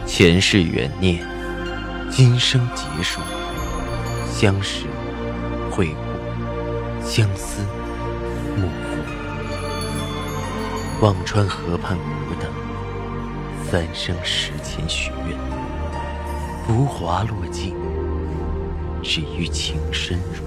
前世缘念，今生结束，相识会故，相思幕后。忘川河畔苦等，三生石前许愿，浮华落尽，只余情深入。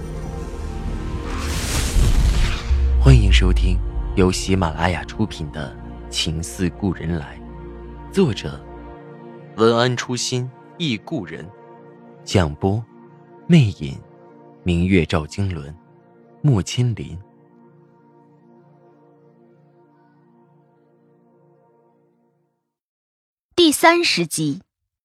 欢迎收听由喜马拉雅出品的《情似故人来》，作者文安初心忆故人，蒋播魅影，明月照经纶，莫千林。 第30集。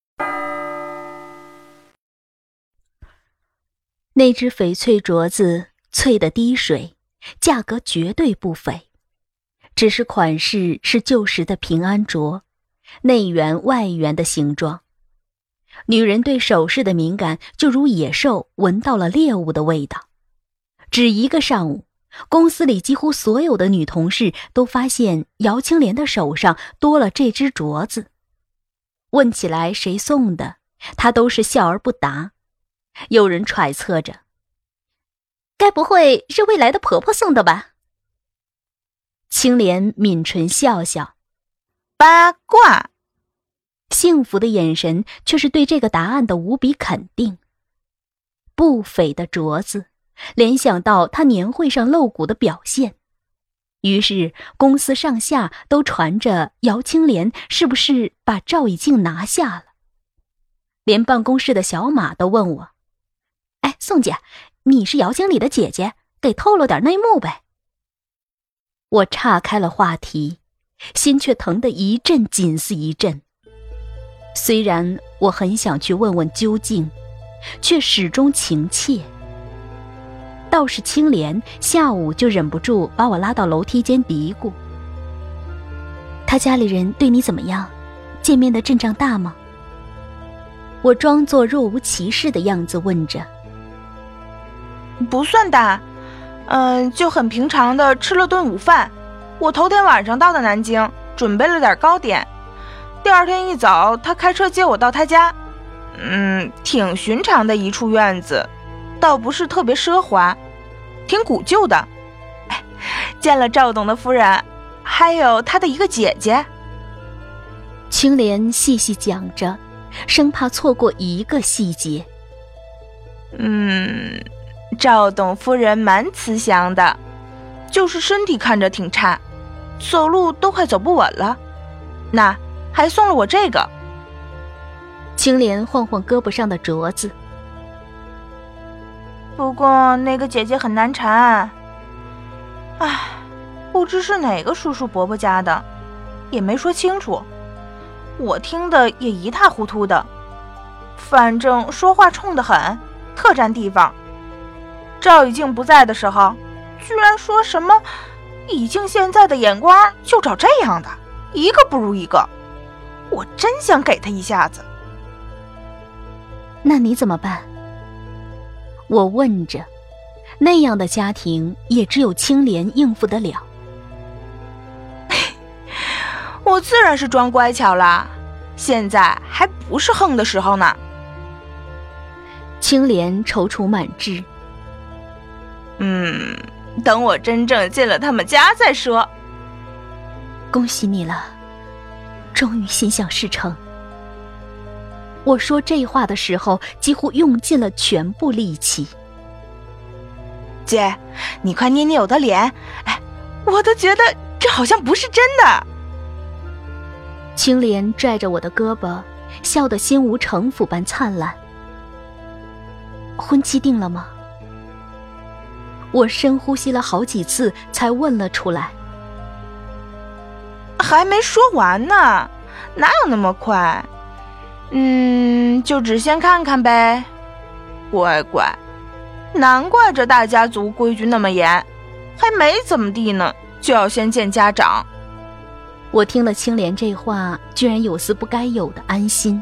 那只翡翠镯子脆得滴水，价格绝对不菲，只是款式是旧时的平安镯，内圆外圆的形状。女人对首饰的敏感就如野兽闻到了猎物的味道。只一个上午，公司里几乎所有的女同事都发现姚青莲的手上多了这只镯子。问起来谁送的，她都是笑而不答。有人揣测着，该不会是未来的婆婆送的吧？青莲抿唇笑笑， 八卦。 幸福的眼神却是对这个答案的无比肯定。不菲的镯子，联想到她年会上露骨的表现，于是公司上下都传着姚青莲是不是把赵以静拿下了。连办公室的小马都问我，哎，宋姐，你是姚经理的姐姐，给透露点内幕呗。我岔开了话题，心却疼得一阵紧似一阵。虽然我很想去问问究竟，却始终情切。倒是青莲下午就忍不住把我拉到楼梯间嘀咕，他家里人对你怎么样？见面的阵仗大吗？我装作若无其事的样子问着。 不算大，就很平常的吃了顿午饭。我头天晚上到的南京，准备了点糕点。第二天一早，他开车接我到他家。挺寻常的一处院子，倒不是特别奢华，挺古旧的。见了赵董的夫人，还有他的一个姐姐。 青莲细细讲着，生怕错过一个细节。 赵董夫人蛮慈祥的，就是身体看着挺差，走路都快走不稳了。那还送了我这个。 青莲晃晃胳膊上的镯子。 不过那个姐姐很难缠，不知是哪个叔叔伯伯家的，也没说清楚，我听得也一塌糊涂的。反正说话冲得很，特占地方。赵以静不在的时候，居然说什么以静现在的眼光就找这样的，一个不如一个。我真想给他一下子。 那你怎么办？我问着，那样的家庭也只有青莲应付得了。 我自然是装乖巧啦，现在还不是横的时候呢。 青莲踌躇满志。 等我真正进了他们家再说。 恭喜你了，终于心想事成。我说这话的时候，几乎用尽了全部力气。 姐，你快捏捏我的脸，我都觉得这好像不是真的。 青莲拽着我的胳膊，笑得心无城府般灿烂。婚期定了吗？我深呼吸了好几次，才问了出来。 还没说完呢，哪有那么快？就只先看看呗。乖乖，难怪这大家族规矩那么严，还没怎么地呢，就要先见家长。 我听了青莲这话，居然有丝不该有的安心。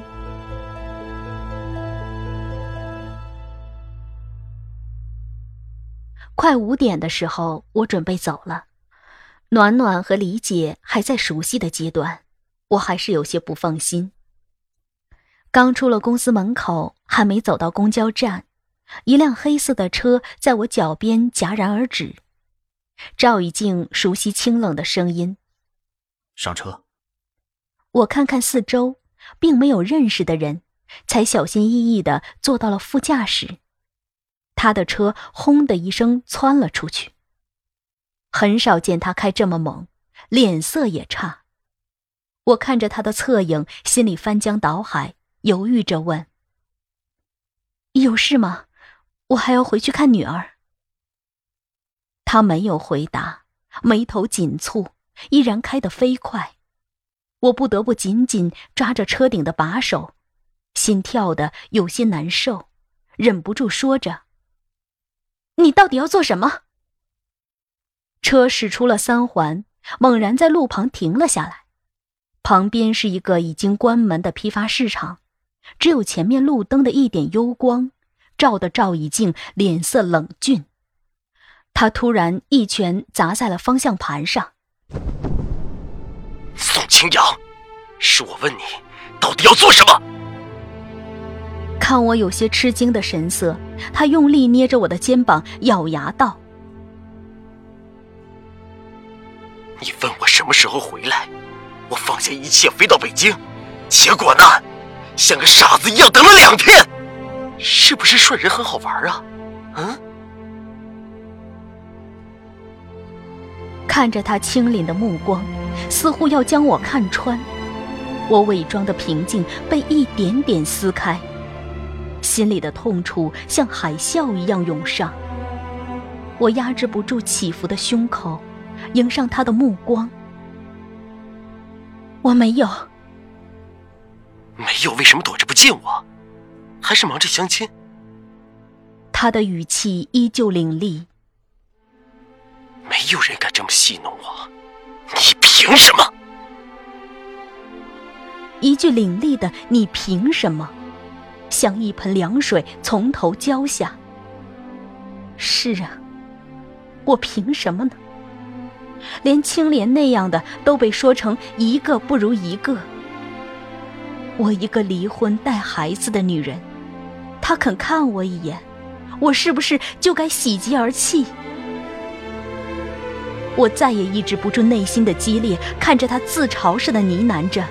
快5点的时候，我准备走了。暖暖和李姐还在熟悉的阶段，我还是有些不放心。 刚出了公司门口，还没走到公交站，一辆黑色的车在我脚边戛然而止。赵以静熟悉清冷的声音： 上车。 我看看四周，并没有认识的人，才小心翼翼地坐到了副驾驶。他的车轰的一声窜了出去。很少见他开这么猛，脸色也差。我看着他的侧影，心里翻江倒海，犹豫着问：有事吗？我还要回去看女儿。他没有回答，眉头紧蹙，依然开得飞快。我不得不紧紧抓着车顶的把手，心跳得有些难受，忍不住说着：你到底要做什么？车驶出了3环，猛然在路旁停了下来。旁边是一个已经关门的批发市场，只有前面路灯的一点幽光，照得赵以静脸色冷峻。他突然一拳砸在了方向盘上。 宋清扬，是我问你，到底要做什么？ 看我有些吃惊的神色，他用力捏着我的肩膀，咬牙道： 你问我什么时候回来，我放下一切飞到北京，结果呢，像个傻子一样等了2天，是不是顺人很好玩啊？ 看着他清凜的目光，似乎要将我看穿。我伪装的平静被一点点撕开，心里的痛楚像海啸一样涌上。我压制不住起伏的胸口，迎上他的目光。我没有。 没有，为什么躲着不见我？还是忙着相亲？ 他的语气依旧凌厉。 没有人敢这么戏弄我，你凭什么？ 一句凌厉的“你凭什么”，像一盆凉水从头浇下。是啊，我凭什么呢？连青莲那样的都被说成一个不如一个。我一个离婚带孩子的女人，他肯看我一眼，我是不是就该喜极而泣？我再也抑制不住内心的激烈，看着他自嘲似的呢喃着：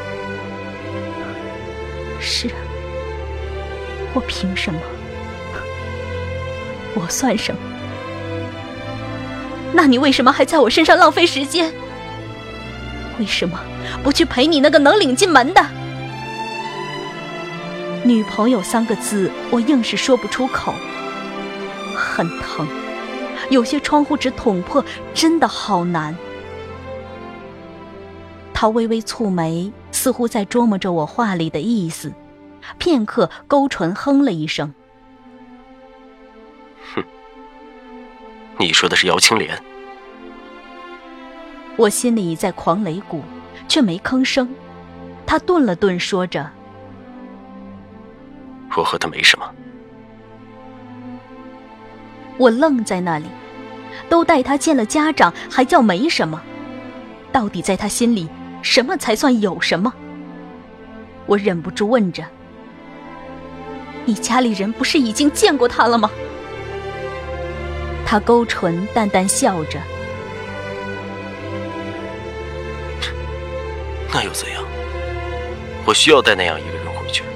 是啊，我凭什么？我算什么？那你为什么还在我身上浪费时间？为什么不去陪你那个能领进门的？女朋友3个字，我硬是说不出口。很疼，有些窗户纸捅破，真的好难。他微微蹙眉，似乎在琢磨着我话里的意思，片刻勾唇哼了一声。 哼，你说的是姚青莲。 我心里在狂擂鼓，却没吭声。他顿了顿，说着： 我和他没什么。 我愣在那里，都带他见了家长，还叫没什么？到底在他心里，什么才算有什么？我忍不住问着：你家里人不是已经见过他了吗？他勾唇淡淡笑着： 那又怎样？我需要带那样一个人回去。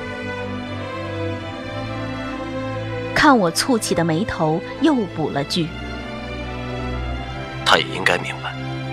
看我蹙起的眉头，又补了句： 他也应该明白。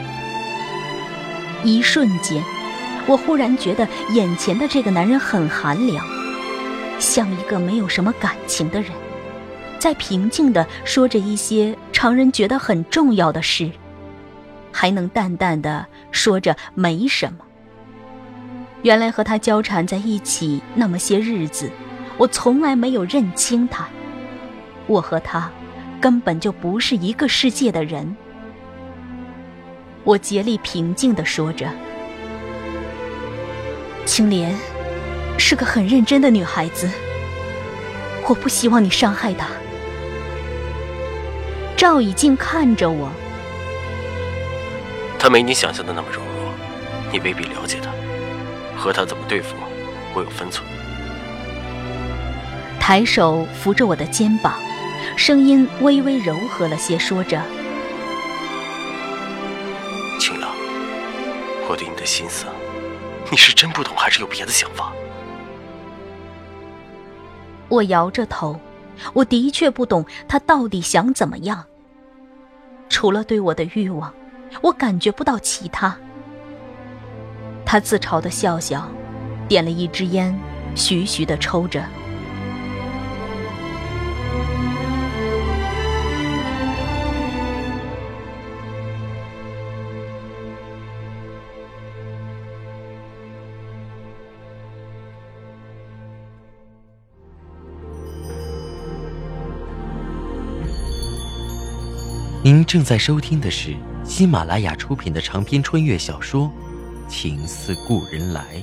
一瞬间，我忽然觉得眼前的这个男人很寒凉，像一个没有什么感情的人，在平静地说着一些常人觉得很重要的事，还能淡淡地说着没什么。原来和他交缠在一起那么些日子，我从来没有认清他。我和他根本就不是一个世界的人。我竭力平静地说着：青莲是个很认真的女孩子，我不希望你伤害她。赵以静看着我： 她没你想象的那么柔弱，你未必了解她，和她怎么对付， 我有分寸。 抬手扶着我的肩膀，声音微微柔和了些，说着： 青阳，我对你的心思，你是真不懂还是有别的想法？ 我摇着头，我的确不懂他到底想怎么样。除了对我的欲望，我感觉不到其他。他自嘲地笑笑，点了一支烟，徐徐地抽着。 您正在收听的是喜马拉雅出品的长篇穿越小说《情似故人来》。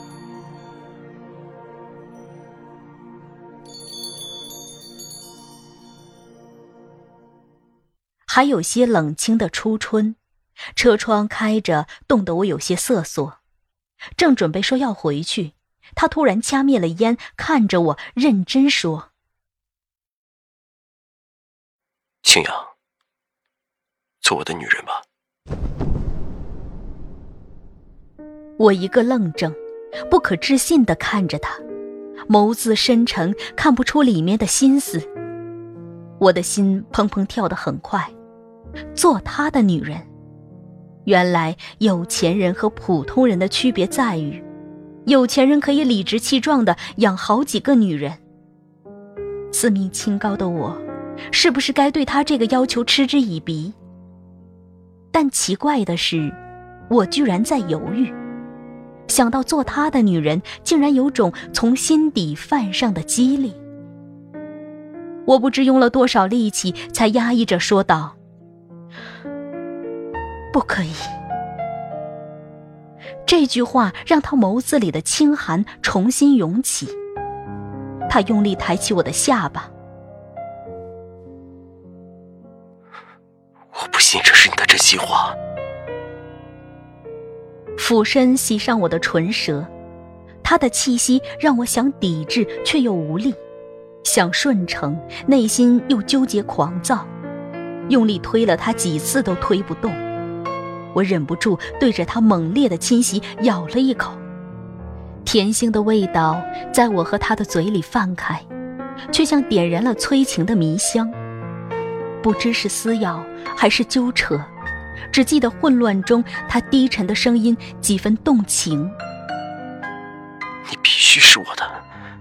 还有些冷清的初春，车窗开着，冻得我有些瑟缩。正准备说要回去，他突然掐灭了烟，看着我认真说： 青阳，做我的女人吧。 我一个愣怔，不可置信地看着他，眸子深沉，看不出里面的心思。我的心砰砰跳得很快。做他的女人，原来有钱人和普通人的区别在于，有钱人可以理直气壮地养好几个女人。自命清高的我，是不是该对他这个要求嗤之以鼻？但奇怪的是，我居然在犹豫。想到做他的女人，竟然有种从心底泛上的激励。我不知用了多少力气，才压抑着说道：不可以。这句话让他眸子里的清寒重新涌起。他用力抬起我的下巴。 我不信这是你的真心话。 俯身袭上我的唇舌，他的气息让我想抵制却又无力，想顺承，内心又纠结狂躁，用力推了他几次都推不动。我忍不住对着他猛烈的侵袭，咬了一口，甜腥的味道在我和他的嘴里泛开，却像点燃了催情的迷香。不知是撕咬还是纠扯，只记得混乱中他低沉的声音几分动情： 你必须是我的。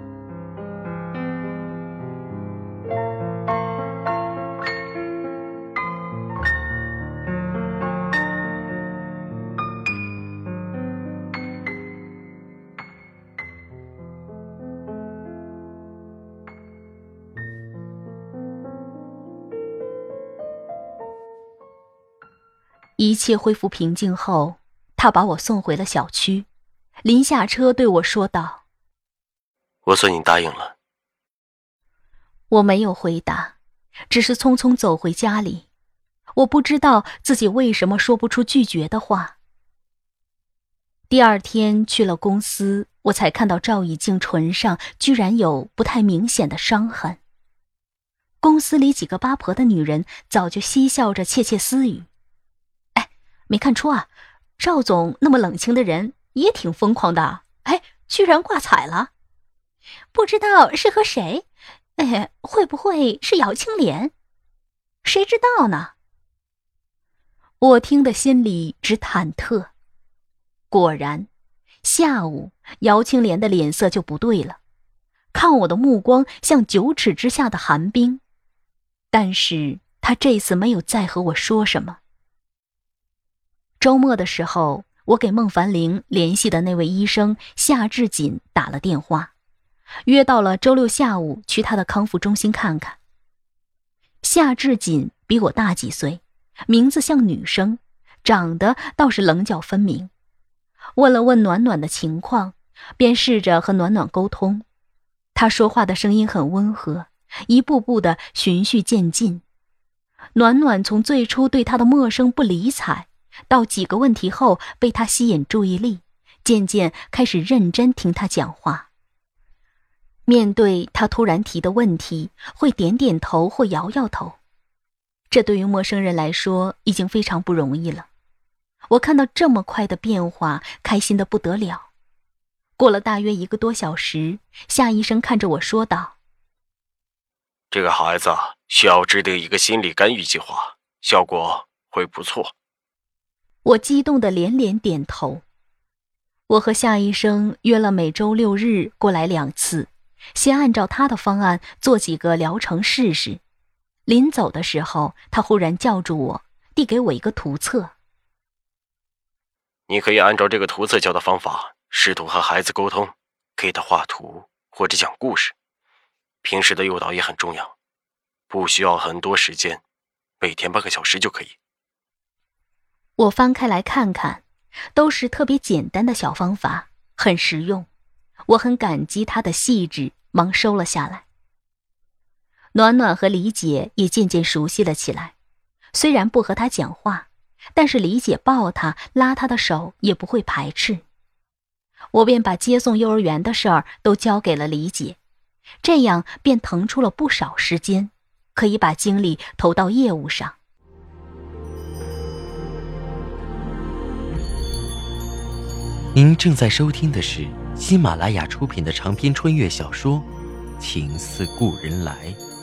一切恢复平静后，他把我送回了小区。临下车对我说道： 我算你答应了。 我没有回答，只是匆匆走回家里。我不知道自己为什么说不出拒绝的话。第二天去了公司，我才看到赵以静唇上居然有不太明显的伤痕。公司里几个八婆的女人早就嬉笑着窃窃私语：没看出啊，赵总那么冷清的人也挺疯狂的，居然挂彩了。不知道是和谁，会不会是姚青莲？谁知道呢？我听得心里直忐忑。果然，下午姚青莲的脸色就不对了，看我的目光像9尺之下的寒冰。但是她这次没有再和我说什么。周末的时候，我给孟凡玲联系的那位医生夏志锦打了电话，约到了周6下午去他的康复中心看看。夏志锦比我大几岁，名字像女生，长得倒是棱角分明。问了问暖暖的情况，便试着和暖暖沟通。他说话的声音很温和，一步步的循序渐进。暖暖从最初对他的陌生不理睬，到几个问题后被他吸引注意力， 渐渐开始认真听他讲话。面对他突然提的问题，会点点头或摇摇头。这对于陌生人来说已经非常不容易了。我看到这么快的变化，开心得不得了。过了大约1个多小时，夏医生看着我说道： 这个孩子需要制定一个心理干预计划，效果会不错。 我激动地连连点头。我和夏医生约了每周6日过来2次，先按照他的方案做几个疗程试试。临走的时候，他忽然叫住我，递给我一个图册。 你可以按照这个图册教的方法，试图和孩子沟通，给他画图或者讲故事。平时的诱导也很重要，不需要很多时间，每天半个小时就可以。 我翻开来看看，都是特别简单的小方法，很实用。我很感激他的细致，忙收了下来。暖暖和李姐也渐渐熟悉了起来，虽然不和他讲话，但是李姐抱他拉他的手也不会排斥。我便把接送幼儿园的事儿都交给了李姐，这样便腾出了不少时间，可以把精力投到业务上。 您正在收听的是喜马拉雅出品的长篇穿越小说《情似故人来》。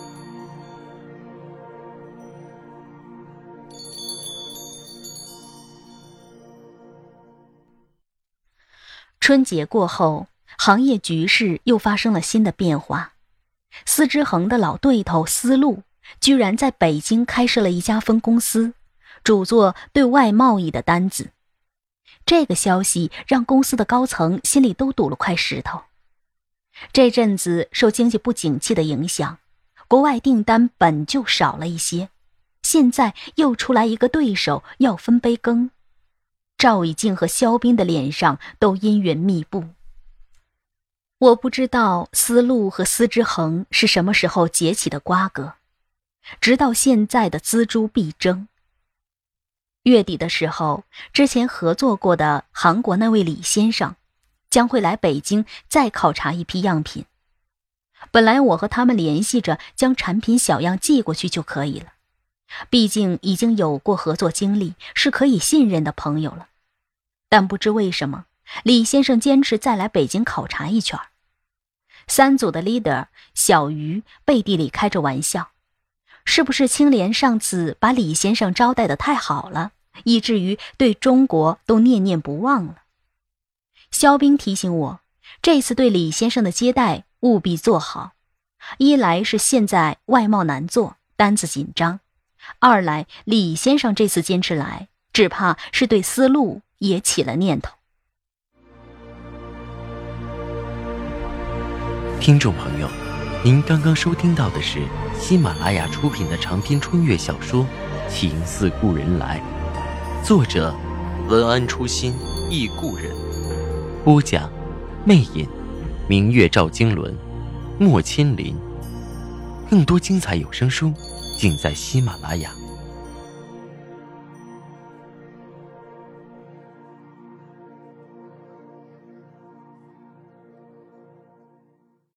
春节过后，行业局势又发生了新的变化。司之恒的老对头丝路居然在北京开设了一家分公司，主做对外贸易的单子。这个消息让公司的高层心里都堵了块石头。这阵子受经济不景气的影响，国外订单本就少了一些，现在又出来一个对手要分杯羹。赵以静和肖斌的脸上都阴云密布。我不知道丝路和司之恒是什么时候结起的瓜葛，直到现在的锱铢必争。月底的时候，之前合作过的韩国那位李先生将会来北京再考察一批样品。本来我和他们联系着将产品小样寄过去就可以了，毕竟已经有过合作经历，是可以信任的朋友了。但不知为什么，李先生坚持再来北京考察一圈。3组的 leader 小鱼背地里开着玩笑，是不是青莲上次把李先生招待得太好了，以至于对中国都念念不忘了？肖斌提醒我，这次对李先生的接待务必做好。一来是现在外贸难做，单子紧张；二来李先生这次坚持来，只怕是对丝路也起了念头。 听众朋友，您刚刚收听到的是喜马拉雅出品的长篇穿越小说《情似故人来》，作者文安初心忆故人，播讲魅影，明月照经纶，莫千林。更多精彩有声书尽在喜马拉雅。